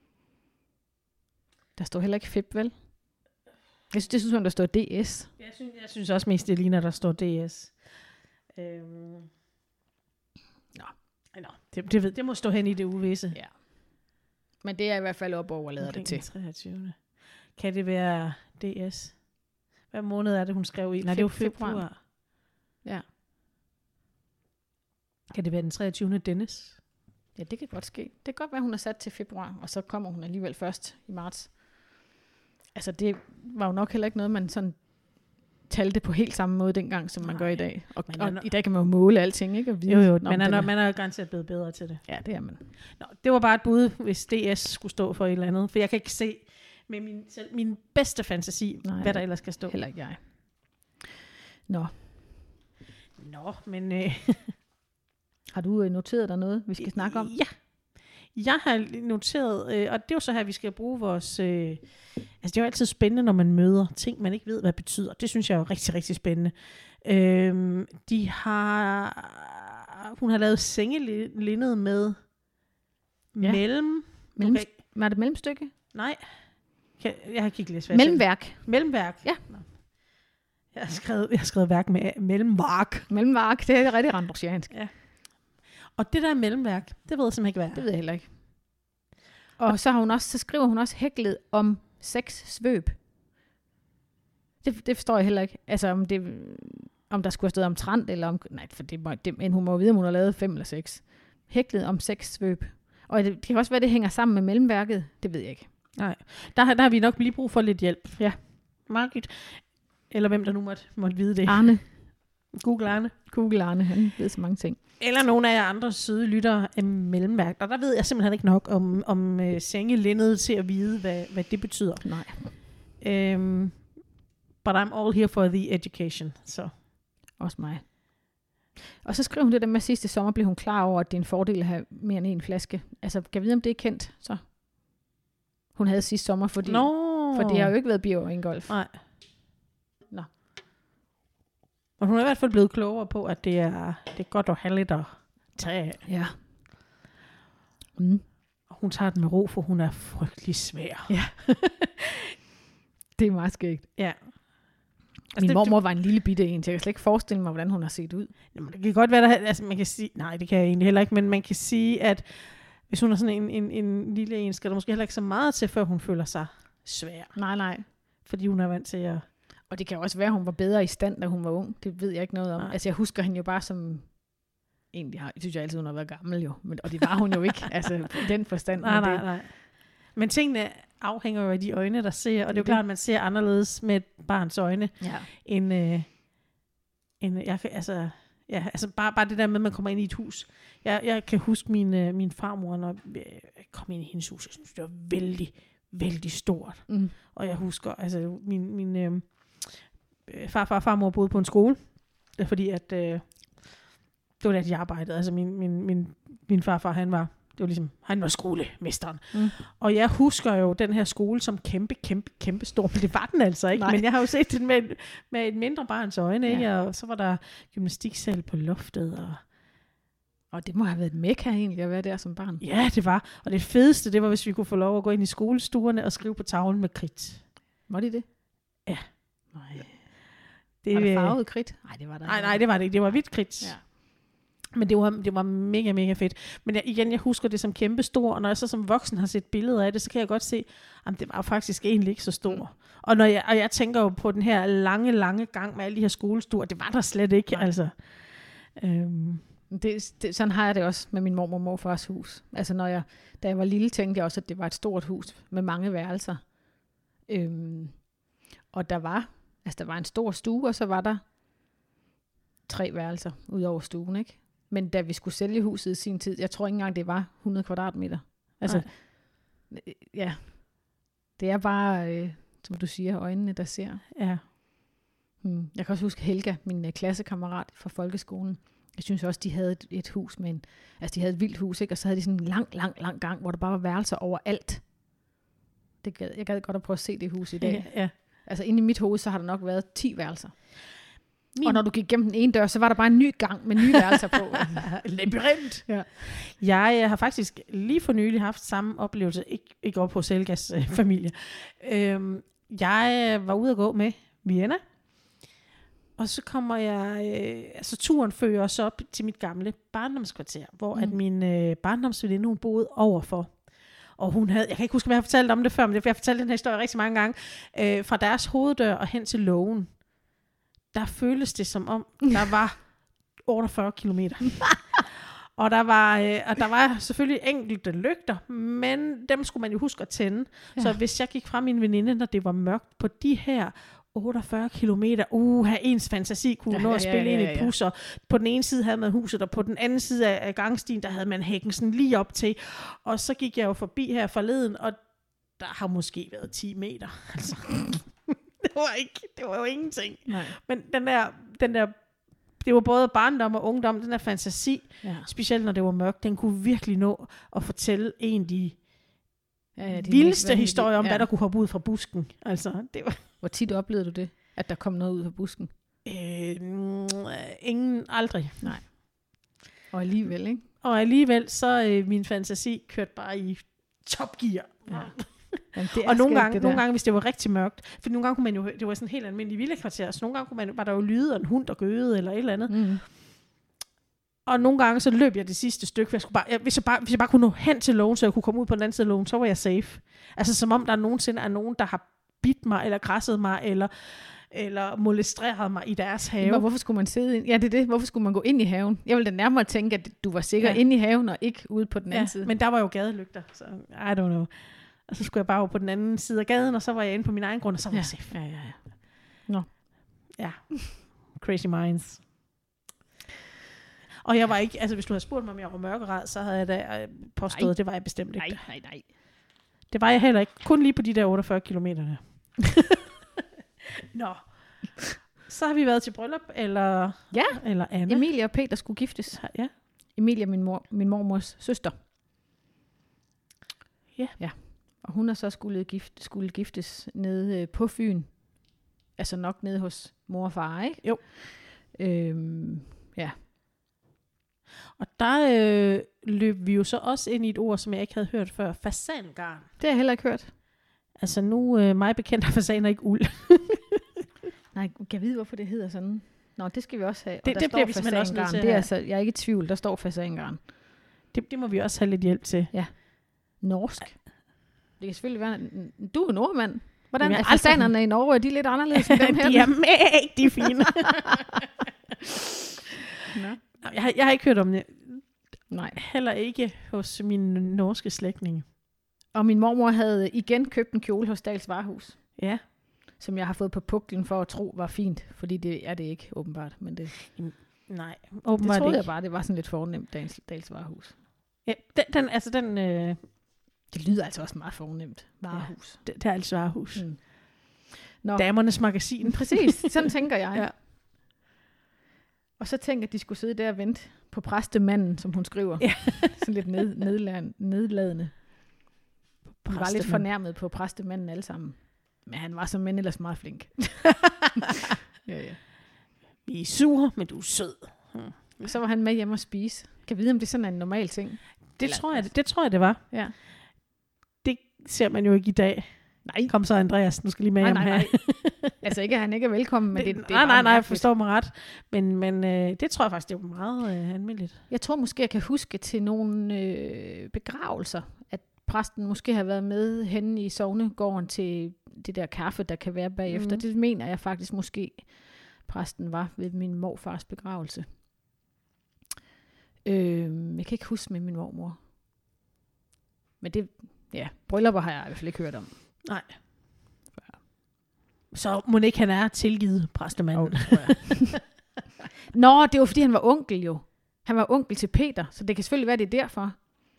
Der står heller ikke feb, vel? Jeg synes, det synes hun, der står D S. Jeg synes, jeg synes også mest, det ligner, der står D S. Øhm. Nå. Nå. Det, det, ved, det må stå hen i det uvisse. Ja. Men det er i hvert fald op over, lader det til. treogtyvende Kan det være D S? Hvad måned er det, hun skrev i? Nej, det er jo februar. februar. Ja. Kan det være den treogtyvende Dennis? Ja, det kan godt ske. Det kan godt være, hun er sat til februar, og så kommer hun alligevel først i marts. Altså, det var jo nok heller ikke noget, man sådan talte på helt samme måde dengang, som man Nej, gør i dag. Og, og no- i dag kan man jo måle alting, ikke? Og vide, jo, jo, men er, man er jo garanteret blevet bedre til det. Ja, det er man. Nå, det var bare et bud, hvis D S skulle stå for et eller andet. For jeg kan ikke se med min, selv, min bedste fantasi, Nej, hvad der ellers skal stå. Heller ikke jeg. Nå. Nå, men... Øh, har du noteret dig noget, vi skal snakke om? Ja. Jeg har noteret, øh, og det er jo så her, vi skal bruge vores... Øh, altså, det er jo altid spændende, når man møder ting, man ikke ved, hvad det betyder. Det synes jeg er jo rigtig, rigtig spændende. Øh, de har hun har lavet sengelindet med ja. mellem... mellem okay. Var det mellemstykke? Nej. Jeg, jeg har ikke læst, hvad Mellemværk. Mellemværk? Ja. Nå. Jeg har skrevet, jeg har skrevet værk med mellemværk. Mellemværk, det er rigtig randrusiansk. Ja. Og det der mellemværk, det ved jeg simpelthen ikke, hvad er. Det ved jeg heller ikke. Og, og så, har hun også, så skriver hun også hæklet om seks svøb. Det, det forstår jeg heller ikke. Altså om, det, om der skulle have stået omtrent, eller om... Nej, for det, det, men hun må vide, om hun har lavet fem eller seks. Hæklet om seks svøb. Og det, det kan også være, det hænger sammen med mellemværket. Det ved jeg ikke. Nej, der, der har vi nok lige brug for lidt hjælp. Ja. Margit, eller hvem der nu måtte, måtte vide det. Arne. Google Arne. Google Arne, han ved så mange ting. Eller nogle af jer andre søde lyttere af mellemværk. Og der ved jeg simpelthen ikke nok om, om uh, sengelindet til at vide, hvad, hvad det betyder. Nej. Um, but I'm all here for the education. Så. Også mig. Og så skriver hun det der med, at sidste sommer blev hun klar over, at det er en fordel at have mere end en flaske. Altså, kan jeg vide, om det er kendt, så... Hun havde sidste sommer, fordi, no. for det har jo ikke været bio og golf. Nej. Nå. Og hun er i hvert fald blevet klogere på, at det er, det er godt at have lidt at tage. Ja. Mm. Og hun tager den med ro, for hun er frygtelig svær. Ja. Det er meget skægt. Ja. Altså, min mormor var en lille bitte en, så jeg kan slet ikke forestille mig, hvordan hun har set ud. Jamen, det kan godt være, der, altså man kan sige, nej, det kan jeg egentlig heller ikke, men man kan sige, at hvis hun er sådan en, en, en lille en, skal der måske heller ikke så meget til, før hun føler sig svær. Nej, nej. Fordi hun er vant til at... Og det kan også være, at hun var bedre i stand, da hun var ung. Det ved jeg ikke noget om. Nej. Altså, jeg husker hende jo bare som... Egentlig har, jeg synes jeg altid, hun har været gammel jo. Men, og det var hun jo ikke, altså i den forstand. Nej, nej, det. nej. Men tingene afhænger jo af de øjne, der ser. Og det er jo klart, at man ser anderledes med et barns øjne, ja. end... Øh, end jeg, altså... Ja, altså bare, bare det der med, at man kommer ind i et hus. Jeg, jeg kan huske min, øh, min farmor, når jeg kom ind i hendes hus. Jeg synes, det var vældig, vældig stort. Mm. Og jeg husker, altså min, min øh, farfar og farmor boede på en skole. Det er fordi, at øh, det var der, de arbejdede. Altså min, min, min, min farfar, han var, det var ligesom, han var skolemesteren. Mm. Og jeg husker jo den her skole som kæmpe, kæmpe, kæmpe stor. Men det var den altså ikke. Nej. Men jeg har jo set den med, med et mindre barns øjne. Ja. Ikke? Og så var der gymnastiksal på loftet. Og, og det må have været et mekka egentlig at være der som barn. Ja, det var. Og det fedeste, det var, hvis vi kunne få lov at gå ind i skolestuerne og skrive på tavlen med kridt. Var det det? Ja. Nej. Det, var det farvet kridt? Nej, det var der. Nej, nej, det var det ikke. Det var hvidt kridt. Ja. Men det var, det var mega, mega fedt. Men jeg, igen, jeg husker det som kæmpe stor, og når jeg så som voksen har set billeder af det, så kan jeg godt se, at det var faktisk egentlig ikke så stor. Mm. Og, når jeg, og jeg tænker jo på den her lange, lange gang med alle de her skolestuer, det var der slet ikke. Nej. Altså. Øhm. Det, det, sådan har jeg det også med min mormor og morfars hus. Altså når jeg, da jeg var lille, tænkte jeg også, at det var et stort hus med mange værelser. Øhm. Og der var, altså der var en stor stue, og så var der tre værelser ud over stuen, ikke? Men da vi skulle sælge huset i sin tid, jeg tror ikke engang, det var hundrede kvadratmeter. Altså, nej. Ja. Det er bare, øh, som du siger, øjnene, der ser. Ja. Hmm. Jeg kan også huske Helga, min øh, klassekammerat fra folkeskolen. Jeg synes også, de havde et, et hus med en, altså de havde et vildt hus, ikke? Og så havde de sådan en lang, lang, lang gang, hvor der bare var værelser overalt. Det gad, jeg gad godt at prøve at se det hus i dag. Ja, ja. Altså inde i mit hoved, så har der nok været ti værelser. Min... Og når du gik gennem den ene dør, så var der bare en ny gang med nye værelser på. Labyrint. Ja. Jeg, jeg har faktisk lige for nylig haft samme oplevelse, ikke, ikke op hos Helgas øh, familie. Øhm, jeg var ude at gå med Vienna, og så kommer jeg, øh, altså turen fører os op til mit gamle barndomskvarter, hvor mm. at min øh, barndomsveninde, hun boede overfor. Og hun havde, jeg kan ikke huske, om jeg har fortalt om det før, men jeg har fortalt den her historie rigtig mange gange, øh, fra deres hoveddør og hen til lågen. Der føltes det som om, der var otteogfyrre kilometer. og, der var, øh, og der var selvfølgelig enkelte lygter, men dem skulle man jo huske at tænde. Ja. Så hvis jeg gik fra min veninde, når det var mørkt på de her otteogfyrre kilometer, uh, ens fantasi kunne ja, nå at spille ja, ja, ja, ja. ind i pusser. På den ene side havde man huset, og på den anden side af gangstien, der havde man hækken sådan lige op til. Og så gik jeg jo forbi her forleden, og der har måske været ti meter. Altså... Det var ikke, det var jo ingenting. Nej. Men den der, den der, det var både barndom og ungdom, den der fantasi, ja. Specielt når det var mørkt, den kunne virkelig nå at fortælle en af de, ja, ja, de vildeste historier om, ja. Hvad der kunne hoppe ud fra busken. Altså, det var... Hvor tit oplevede du det, at der kom noget ud fra busken? Øh, ingen, aldrig. Nej. Og alligevel, ikke? Og alligevel, så øh, min fantasi kørte bare i topgear. Ja. Jamen, det er og nogle skægt, gange, nogle gange, hvis det var rigtig mørkt, for nogle gange kunne man jo, det var sådan en helt almindelig villakvarter, så nogle gange kunne man, var der jo lyde af en hund, der gøede, eller et eller andet. Mm. Og nogle gange, så løb jeg det sidste stykke, for jeg skulle bare, jeg, hvis, jeg bare, hvis jeg bare kunne nå hen til lågen, så jeg kunne komme ud på den anden side af lågen, så var jeg safe. Altså som om der nogensinde er nogen, der har bidt mig, eller krasset mig, eller, eller molestreret mig i deres have. Men hvorfor skulle man sidde ind? Ja, det er det. Hvorfor skulle man gå ind i haven? Jeg ville da nærmere tænke, at du var sikker ja. inde i haven, og ikke ude på den anden ja, side. Men der var jo gadelygter, så I don't know. Og så skulle jeg bare over på den anden side af gaden, og så var jeg inde på min egen grund, og så var ja. jeg safe. Ja, ja, ja. Nå. Ja. Crazy minds. Og jeg var ikke, altså hvis du havde spurgt mig, om jeg var mørkeret, så havde jeg da påstået, at det var jeg bestemt ikke. Nej, nej, nej. Det var jeg heller ikke. Kun lige på de der otteogfyrre kilometer der. Nå. Så har vi været til bryllup, eller, ja. eller Anna. Emilie og Peter skulle giftes. Ja. Emilie, min, mor, min mormors søster. Ja. Ja. Og hun har så skulle, gift, skulle giftes nede øh, på Fyn. Altså nok nede hos mor og far, ikke? Jo. Øhm, ja. Og der øh, løb vi jo så også ind i et ord, som jeg ikke havde hørt før. Fasangarn. Det har jeg heller ikke hørt. Altså nu, øh, mig bekendt er fasaner ikke uld. Nej, kan jeg vide, hvorfor det hedder sådan? Nå, det skal vi også have. Det, det bliver vi simpelthen også nødt til. Det er altså, jeg er ikke i tvivl, der står fasangarn. Det, det må vi også have lidt hjælp til. Ja. Norsk. Det kan selvfølgelig være, du er nordmand. Hvordan Jamen, er fasanerne i Norge? Er de lidt anderledes end dem her? De er mægtig fine. Nå. Jeg har, jeg har ikke hørt om det. Nej. Heller ikke hos mine norske slægtninge. Og min mormor havde igen købt en kjole hos Dahls Varehus. Ja. Som jeg har fået på puklen for at tro var fint. Fordi det er det ikke, åbenbart. Men det, Nej, åbenbart det troede ikke. jeg bare, det var sådan lidt fornemt, Dahls, Dahls Varehus. Ja, den, den altså den... Øh... Det lyder altså også meget fornemt. Varehus. Ja, det, det er altså Varehus. Mm. Nå. Damernes magasin. Præcis, sådan tænker jeg. Ja. Og så tænker at de skulle sidde der og vente på præstemanden, som hun skriver. Ja. Sådan lidt ned, nedladende. nedladende. Hun var lidt fornærmet på præstemanden alle sammen. Men han var som mænd ellers meget flink. ja, ja. Vi er sure, men du er sød. Hmm. Og så var han med hjemme og spise. Kan vide, om det sådan er en normal ting? Det, tror jeg, det, det tror jeg, det var. Ja. Det ser man jo ikke i dag. Nej. Kom så, Andreas, nu skal lige med nej, hjem nej, her. Nej. Altså ikke, at han ikke er velkommen, men det, det, det nej, er nej, nej, mærkeligt. forstår mig ret. Men, men øh, det tror jeg faktisk, det er meget øh, almindeligt. Jeg tror måske, jeg kan huske til nogle øh, begravelser, at præsten måske har været med henne i sognegården til det der kaffe, der kan være bagefter. Mm. Det mener jeg faktisk måske, præsten var ved min morfars begravelse. Øh, jeg kan ikke huske med min mormor. Men det, ja, bryllupper har jeg i hvert fald ikke hørt om. Nej. Så må ikke han er tilgivet præstemanden. Oh, det tror jeg. Nå, det var fordi han var onkel jo. Han var onkel til Peter, så det kan selvfølgelig være, det er derfor.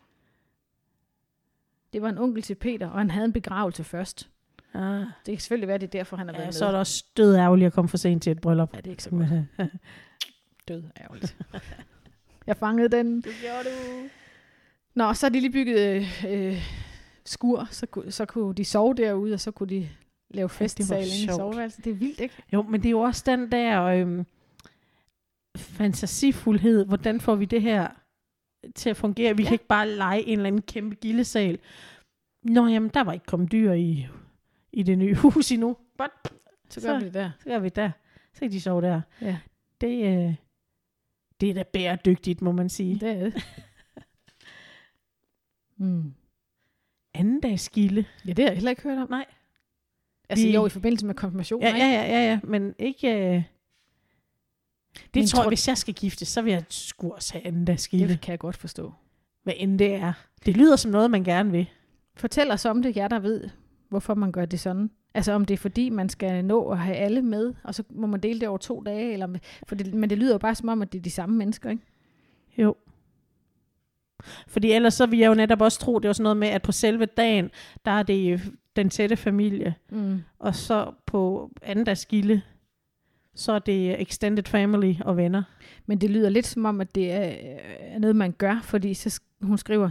Det var en onkel til Peter, og han havde en begravelse først. Ah. Det kan selvfølgelig være, det er derfor, han har ja, været med. Så er det også død ærgerligt at komme for sent til et bryllup. Ja, det er ikke så godt. Død ærgerligt. Jeg fangede den. Det gjorde du. Nå, så har de lige bygget øh, skur, så, så kunne de sove derude, og så kunne de lave festsal inde i soveværelset. Det er vildt, ikke? Jo, men det er jo også den der øh, fantasifuldhed. Hvordan får vi det her til at fungere? Vi ja. kan ikke bare lege en eller anden kæmpe gildesal. Nå, jamen, der var ikke kommet dyr i, i det nye hus endnu. But, så gør så, vi det der. Så gør vi det der. Så kan de sove der. Ja. Det, øh, det er da bæredygtigt, må man sige. Det er det. mm. Anden dags gilde. Ja, det har jeg heller ikke hørt om. Nej. Altså vi... jo, i forbindelse med konfirmation. Ja, ja, ja, ja, ja, men ikke... Øh... Det men tror jeg, tror... hvis jeg skal giftes, så vil jeg sgu også have anden dags gilde. Det kan jeg godt forstå. Hvad end det er. Det lyder som noget, man gerne vil. Fortæl os om det, jer der ved, hvorfor man gør det sådan. Altså om det er fordi, man skal nå at have alle med, og så må man dele det over to dage. Eller med, for det, men det lyder jo bare som om, at det er de samme mennesker, ikke? Jo. Fordi ellers så vil jeg jo netop også tro, det er sådan noget med, at på selve dagen, der er det den tætte familie. Mm. Og så på anden dags gilde, så er det extended family og venner. Men det lyder lidt som om, at det er noget, man gør, fordi så hun skriver,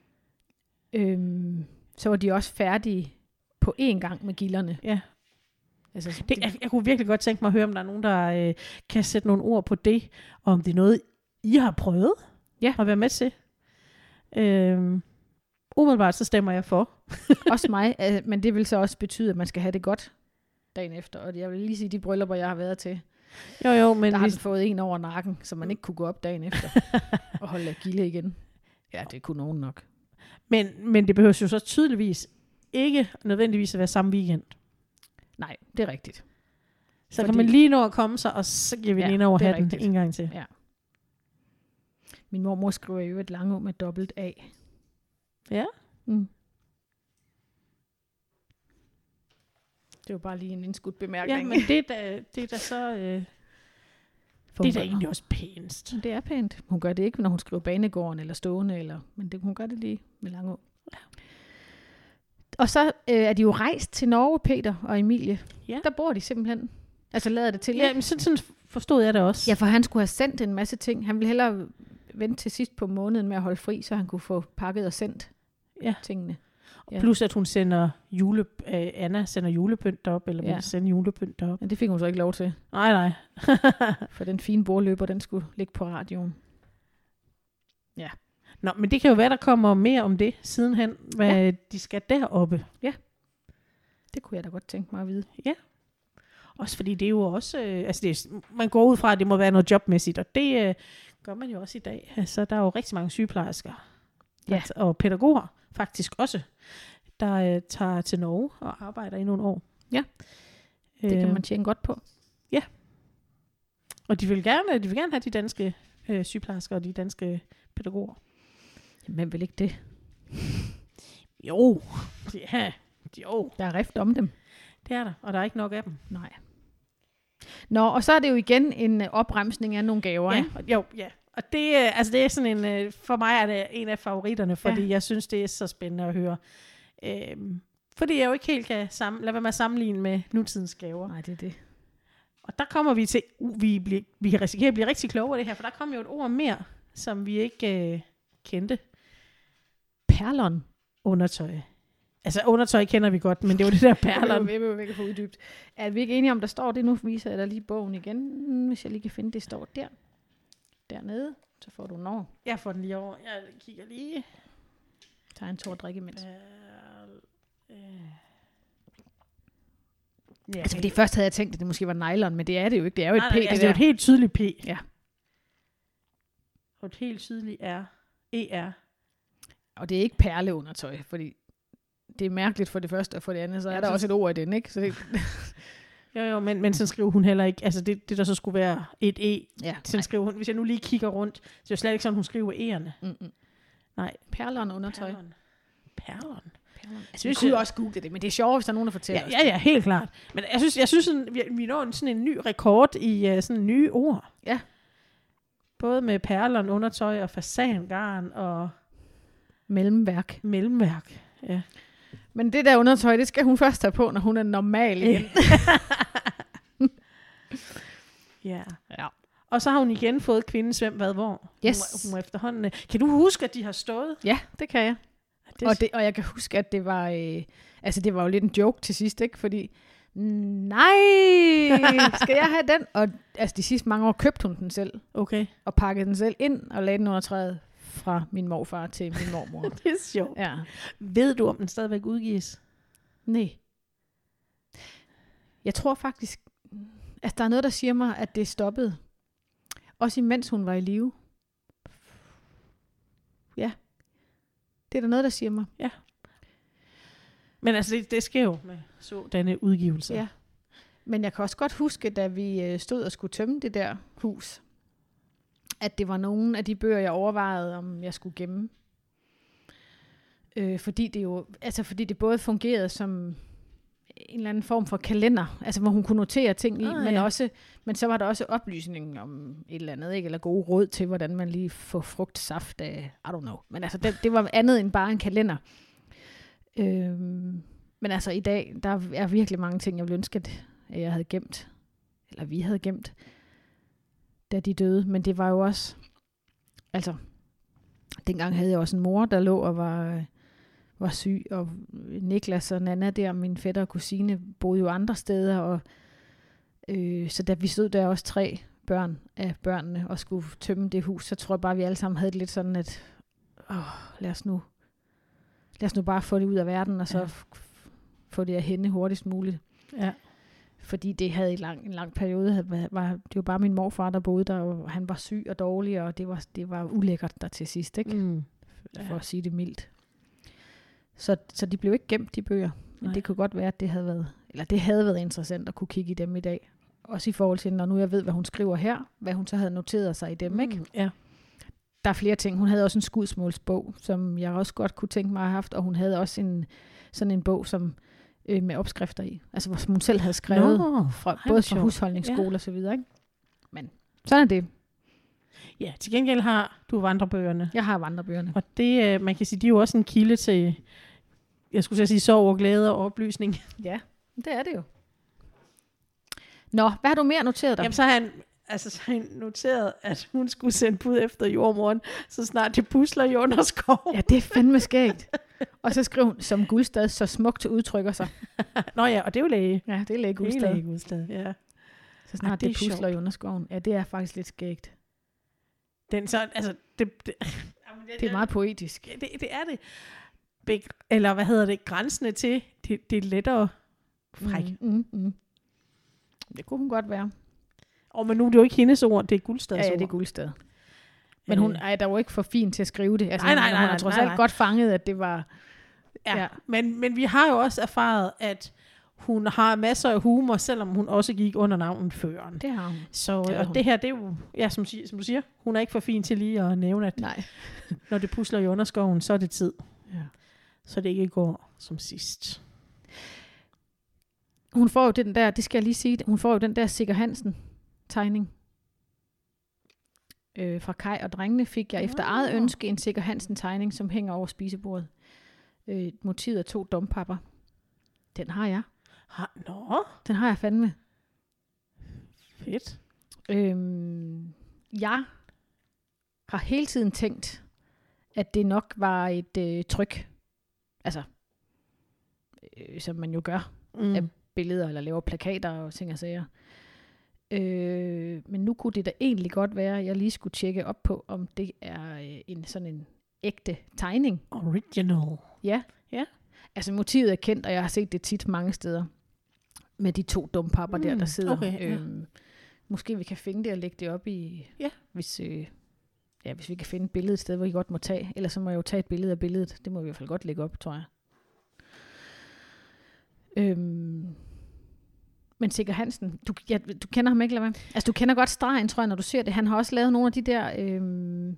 øhm, så var de også færdige på én gang med gilderne. Ja. Altså, det, det, jeg, jeg kunne virkelig godt tænke mig at høre, om der er nogen, der øh, kan sætte nogle ord på det, og om det er noget, I har prøvet. Ja. at være med til. Øhm, umiddelbart så stemmer jeg for. Også mig, øh, men det vil så også betyde, at man skal have det godt dagen efter. Og jeg vil lige sige, de bryllupper, jeg har været til, Jo, jo, men der har hvis... den fået en over nakken, så man ikke kunne gå op dagen efter og holde af gilde igen. Ja, det kunne nogen nok. Men, men det behøver jo så tydeligvis ikke nødvendigvis at være samme weekend. Nej, det er rigtigt. Så Fordi... kan man lige nå at komme sig, og så giver vi Ja, den ind over det er hatten rigtigt. en gang til. Ja. Min mormor skriver jo et langt med dobbelt A. Ja. Mm. Det var bare lige en indskudt bemærkning. Ja, men det er da, det er da så... Øh, det er da egentlig også pænest. Det er pænt. Hun gør det ikke, når hun skriver banegården eller stående, eller, men det, hun gør det lige med Langå. Ja. Og så øh, er de jo rejst til Norge, Peter og Emilie. Ja. Der bor de simpelthen. Altså lader det til. Ja, men sådan, sådan forstod jeg det også. Ja, for han skulle have sendt en masse ting. Han ville hellere vente til sidst på måneden med at holde fri, så han kunne få pakket og sendt ja. tingene. Ja. Plus at hun sender jule, øh, Anna sender julepynt op, eller vil ja. sende julepynt op. Men det fik hun så ikke lov til. Nej, nej. For den fine bordløber, den skulle ligge på radioen. Ja. Nå, men det kan jo være, der kommer mere om det sidenhen, hvad ja. de skal deroppe. Ja. Det kunne jeg da godt tænke mig at vide. Ja. Også fordi det er jo også, øh, altså det er, man går ud fra, at det må være noget jobmæssigt, og det øh, gør man jo også i dag. Altså der er jo rigtig mange sygeplejersker ja. altså, og pædagoger faktisk også, der øh, tager til Norge og arbejder i nogle år. Ja, det kan man tjene godt på. Ja. Og de vil gerne, de vil gerne have de danske øh, sygeplejersker og de danske pædagoger. Hvem vil ikke det? Jo, ja, jo. Der er rift om dem. Det er der, og der er ikke nok af dem. Nej. Nå, og så er det jo igen en opremsning af nogle gaver, ja, ikke? Jo, ja. Og det, altså det er sådan en, for mig er det en af favoritterne, fordi ja. jeg synes, det er så spændende at høre. Øhm, fordi jeg jo ikke helt kan sammen, lade være med at sammenligne med nutidens gaver. Nej, det er det. Og der kommer vi til, uh, vi, bliver, vi kan risikere at blive rigtig kloge af det her, for der kommer jo et ord mere, som vi ikke øh, kendte. Perlon. Undertøj. Altså undertøj kender vi godt, men det var det der perlon. Jeg vil ikke få uddybt. Er vi ikke enige om, der står det? Nu viser jeg dig lige bogen igen, hvis jeg lige kan finde det, står der. Dernede, så får du den over. Jeg får den lige over. Jeg kigger lige. Tag en tår at drikke imens. Perl, øh. Ja, altså fordi først havde jeg tænkt, at det måske var nylon, men det er det jo ikke. Det er jo et nej, P. Nej, Det, altså, det er jo et helt tydeligt P. Ja. Og et helt tydeligt R. E R. Og det er ikke perleundertøj, fordi det er mærkeligt for det første, og for det andet, så er ja, der så også et ord i den, ikke? Så det... jo, jo, men, men så skriver hun heller ikke, altså det, det der så skulle være et E, ja, så skriver hun, hvis jeg nu lige kigger rundt, så er det slet ikke sådan, hun skriver E'erne. Mm-mm. Nej. Perlon undertøj. Perlon. Perlon. Perlon. Altså, vi kunne jo også google det, men det er sjovt, hvis der er nogen, der fortæller ja, os ja, ja, helt klart. Men jeg synes, jeg synes sådan, vi, vi når en, sådan en ny rekord i uh, sådan nye ord. Ja. Både med perlon, undertøj og fasangarn og mellemværk. Mellemværk, ja. Men det der undertøj, det skal hun først have på, når hun er normal igen. ja. Ja. Og så har hun igen fået kvindens hvem, hvad, hvor. Yes. Hun, hun efterhånden. Kan du huske, at de har stået? Ja, det kan jeg. Det... Og, det, og jeg kan huske, at det var, øh, altså det var jo lidt en joke til sidst, ikke? Fordi, nej, skal jeg have den? Og altså de sidste mange år købte hun den selv. Okay. Og pakkede den selv ind og lagde den under træet fra min morfar til min mormor. Det er sjovt. Ja. Ved du, om den stadigvæk udgives? Nej. Jeg tror faktisk, at der er noget, der siger mig, at det stoppede. Også imens hun var i live. Ja. Det er der noget, der siger mig. Ja. Men altså, det, det sker jo med så denne udgivelse. Ja. Men jeg kan også godt huske, da vi stod og skulle tømme det der hus, at det var nogle af de bøger, jeg overvejede, om jeg skulle gemme. Øh, fordi det jo, altså fordi det både fungerede som en eller anden form for kalender, altså hvor hun kunne notere ting i, ah, men, ja. også, men så var der også oplysning om et eller andet, ikke? Eller gode råd til, hvordan man lige får frugtsaft af, I don't know. Men altså, det, det var andet end bare en kalender. Øh, men altså, i dag, der er virkelig mange ting, jeg ville ønske, at jeg havde gemt, eller vi havde gemt, da de døde. Men det var jo også, altså, dengang havde jeg også en mor, der lå og var, var syg, og Niklas og Nana der, min fætter og kusine, boede jo andre steder, og øh, så da vi stod der også tre børn af børnene og skulle tømme det hus, så tror jeg bare, at vi alle sammen havde det lidt sådan, at åh, lad os nu lad os nu bare få det ud af verden, og så ja. f- få det af hende hurtigst muligt. Ja. Fordi det havde i lang, en lang periode, var, det var bare min morfar, der boede der, og han var syg og dårlig, og det var, det var ulækkert der til sidst, ikke? Mm. For ja. at sige det mildt. Så, så de blev ikke gemt, de bøger. Men Nej. det kunne godt være, at det havde været, eller det havde været interessant at kunne kigge i dem i dag. Også i forhold til, når nu jeg ved, hvad hun skriver her, hvad hun så havde noteret sig i dem, mm. ikke? Ja. Der er flere ting. Hun havde også en skudsmålsbog, som jeg også godt kunne tænke mig at have haft, og hun havde også en, sådan en bog, som øh, med opskrifter i. Altså, som hun selv havde skrevet, Nå, fra, både fra husholdningsskole ja. og så videre, ikke? Men sådan er det. Ja, til gengæld har du vandrebøgerne. Jeg har vandrebøgerne. Og det, man kan sige, de er jo også en kilde til, jeg skulle sige, sorg og glæde og oplysning. Ja, det er det jo. Nå, hvad har du mere noteret dig? Jamen, så har han, altså, så har han noteret, at hun skulle sende bud efter jordmoren, så snart det pusler i underskov. Ja, det er fandme skægt. Og så skriver hun, som Guldstad så smukt udtrykker sig. Nå ja, og det er jo læge. Ja, det er læge Guldstad. Det er læge Guldstad, ja. Så snart ah, det, det pusler sjovt. I underskoven. Ja, det er faktisk lidt skægt. Den så, altså, det, det, det er meget poetisk. Det, det er det. Beg- eller hvad hedder det? Grænsende til, det, det er lettere fræk. Mm, mm, mm. Det kunne hun godt være. Og men nu er det jo ikke hendes ord, det er Guldstads ord. Ja, ja, det er Guldstad. Men hun er jo ikke for fin til at skrive det. Altså, nej, nej, nej. Hun har trods alt godt fanget, at det var... Ja, ja. Men, men vi har jo også erfaret, at hun har masser af humor, selvom hun også gik under navnet Føren. Det har hun. Så, det og hun. det her, det er jo, ja, som, som du siger, hun er ikke for fin til lige at nævne, at nej. når det pusler i underskoven, så er det tid. Ja. Så det ikke går som sidst. Hun får jo den der, det skal jeg lige sige, hun får jo den der Sikker Hansen tegning. Øh, fra Kai og drengene fik jeg efter eget ønske en Sikker Hansen tegning, som hænger over spisebordet. Øh, motivet af to dompapper. Den har jeg. Ha, nå. Den har jeg fandme. Fedt. Øhm, jeg har hele tiden tænkt, at det nok var et øh, tryk. Altså, øh, som man jo gør mm. af billeder, eller laver plakater og ting og sager. Øh, men nu kunne det da egentlig godt være, at jeg lige skulle tjekke op på, om det er øh, en sådan en ægte tegning. Original. Ja. Ja. Altså motivet er kendt, og jeg har set det tit mange steder. Med de to dumpapper mm, der, der sidder. Okay, øhm, ja. Måske vi kan finde det og lægge det op i, ja. hvis, øh, ja, hvis vi kan finde et billede et sted, hvor I godt må tage. Ellers så må jeg jo tage et billede af billedet. Det må vi i hvert fald godt lægge op, tror jeg. Øhm, men Sikker Hansen, du, ja, du kender ham ikke, eller hvad? Altså, du kender godt stregen, tror jeg, når du ser det. Han har også lavet nogle af de der øhm,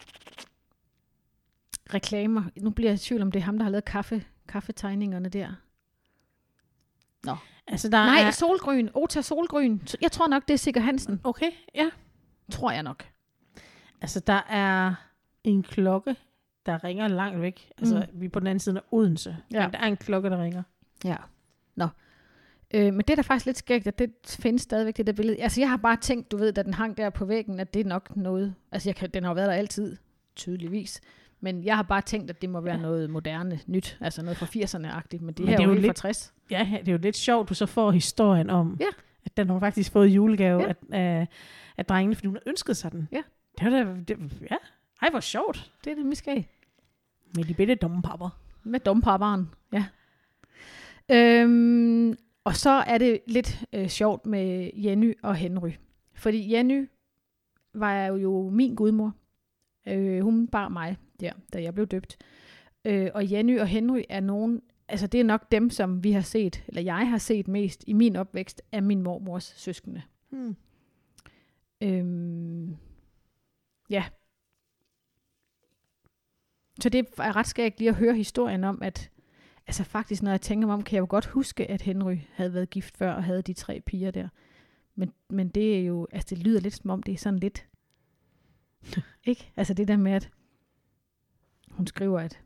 reklamer. Nu bliver jeg i tvivl om, det er ham, der har lavet kaffe, kaffetegningerne der. Nå. Altså, der Nej, er... Solgryn. Ota Solgryn. Jeg tror nok, det er Sikker Hansen. Okay, ja. Tror jeg nok. Altså, der er en klokke, der ringer langt væk. Altså, mm. vi er på den anden side af Odense. Ja. Men der er en klokke, der ringer. Ja. Nå. Øh, men det er da faktisk lidt skægt, at det findes stadigvæk, det der billede. Altså, jeg har bare tænkt, du ved, da den hang der på væggen, at det er nok noget... Altså, jeg kan, den har jo været der altid, tydeligvis. Men jeg har bare tænkt, at det må være ja. noget moderne, nyt. Altså noget fra firserne-agtigt. Men det men her det er jo helt lidt, fra tres. Ja, det er jo lidt sjovt, du så får historien om, ja. at den har faktisk fået julegave ja. af, af, af drengene, fordi hun har ønsket sig den. Ja. Det var da... Det, ja. Ej, hvor sjovt. Det er det, vi skal. Med de bitte dumme papper. Med dumpapperen, ja. Øhm, og så er det lidt øh, sjovt med Jenny og Henry. Fordi Jenny var jo min gudmor. Øh, hun bar mig der, da jeg blev døbt. Øh, og Jenny og Henry er nogen, altså det er nok dem, som vi har set, eller jeg har set mest i min opvækst, af min mormors søskende. Hmm. Øhm, ja. Så det er ret skægt lige at høre historien om, at altså faktisk, når jeg tænker mig om, kan jeg jo godt huske, at Henry havde været gift før, og havde de tre piger der. Men, men det er jo, altså det lyder lidt som om, det er sådan lidt, ikke? Altså det der med, at hun skriver, at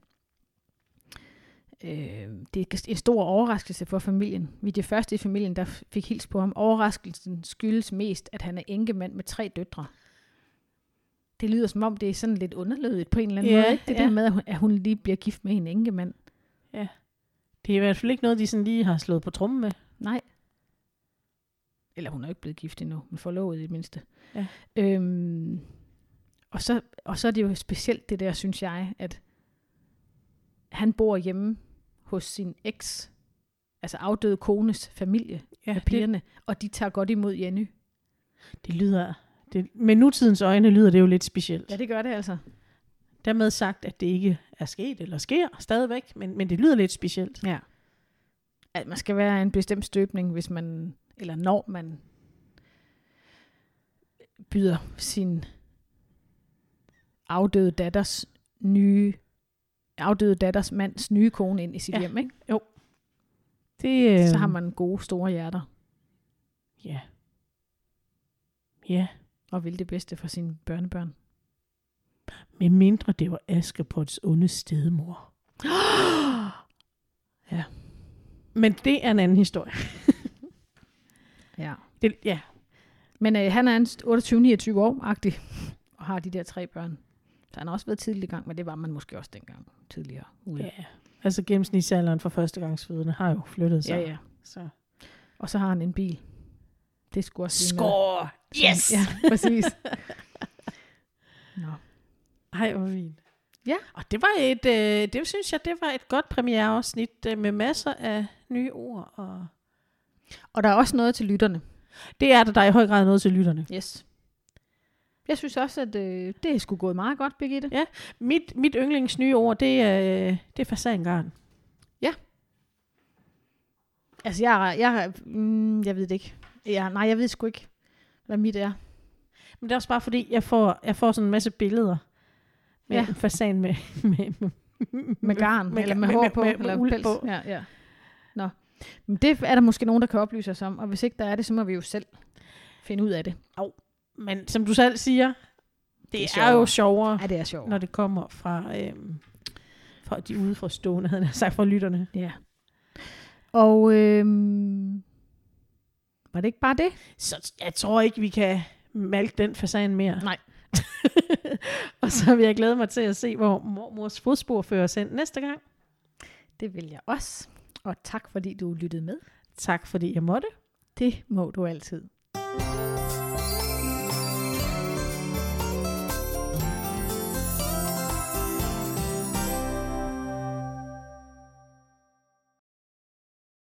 øh, det er en stor overraskelse for familien. Vi er det første i familien, der fik hils på ham. Overraskelsen skyldes mest, at han er enkemand med tre døtre. Det lyder som om, det er sådan lidt underlødigt på en eller anden ja, måde. Ikke? Det ja. der med, at hun, at hun lige bliver gift med en enkemand. Ja. Det er i hvert fald ikke noget, de sådan lige har slået på trommen med. Nej. Eller hun er jo ikke blevet gift endnu, men forlovet i det mindste. Ja. Øhm, og, så, og så er det jo specielt det der, synes jeg, at han bor hjemme hos sin eks, altså afdøde kones familie ja, med pigerne, det, og de tager godt imod Jenny. Det lyder, det, med nutidens øjne lyder det jo lidt specielt. Ja, det gør det altså. Dermed sagt, at det ikke er sket eller sker stadigvæk, men, men det lyder lidt specielt. Ja. At man skal være en bestemt støbning, hvis man, eller når man byder sin afdøde datters nye, afdøde datters mands nye kone ind i sit ja. hjem, ikke? Jo. Det, øh... Så har man gode, store hjerter. Ja. Ja. Og vil det bedste for sine børnebørn. Med mindre det var Askepots onde stedmor. Ja. Men det er en anden historie. Ja. Det, ja. Men øh, han er en otteogtyve niogtyve år-agtig, og har de der tre børn. Så han har også været tidlig i gang, men det var man måske også dengang tidligere. Ude. Ja, altså gennemsnitsalderen for førstegangsfødende har jo flyttet sig. Ja, ja. Så. Og så har han en bil. Det skulle også Score! Yes! Ja, præcis. Nå. Ej, hvor fint. Ja. Og det var et, øh, det synes jeg, det var et godt premiereafsnit øh, med masser af nye ord. Og... og der er også noget til lytterne. Det er der, der er i høj grad noget til lytterne. Yes. Jeg synes også, at øh, det er sgu gået meget godt, Birgitte. Ja, mit, mit yndlings nye ord, det er, øh, det er fasangarn. Ja. Altså, jeg, jeg, mm, jeg ved det ikke. Jeg, nej, jeg ved sgu ikke, hvad mit er. Men det er også bare fordi, jeg får, jeg får sådan en masse billeder med ja. en fasan med, med, med, med garn, med, eller med, med hår med, på, med, eller med pels. på. Ja, ja. Nå. Men det er der måske nogen, der kan oplyse os om, og hvis ikke der er det, så må vi jo selv finde ud af det. Oh. Men som du selv siger, det, det er, er jo sjovere, ja, det er sjovere, når det kommer fra, øhm, fra de udefrastående, havde jeg sagt, fra lytterne. Ja. Og øhm, var det ikke bare det? Så jeg tror ikke, vi kan malke den fasan mere. Nej. Og så vil jeg glæde mig til at se, hvor mormors fodspor fører os hen næste gang. Det vil jeg også. Og tak, fordi du lyttede med. Tak, fordi jeg måtte. Det må du altid.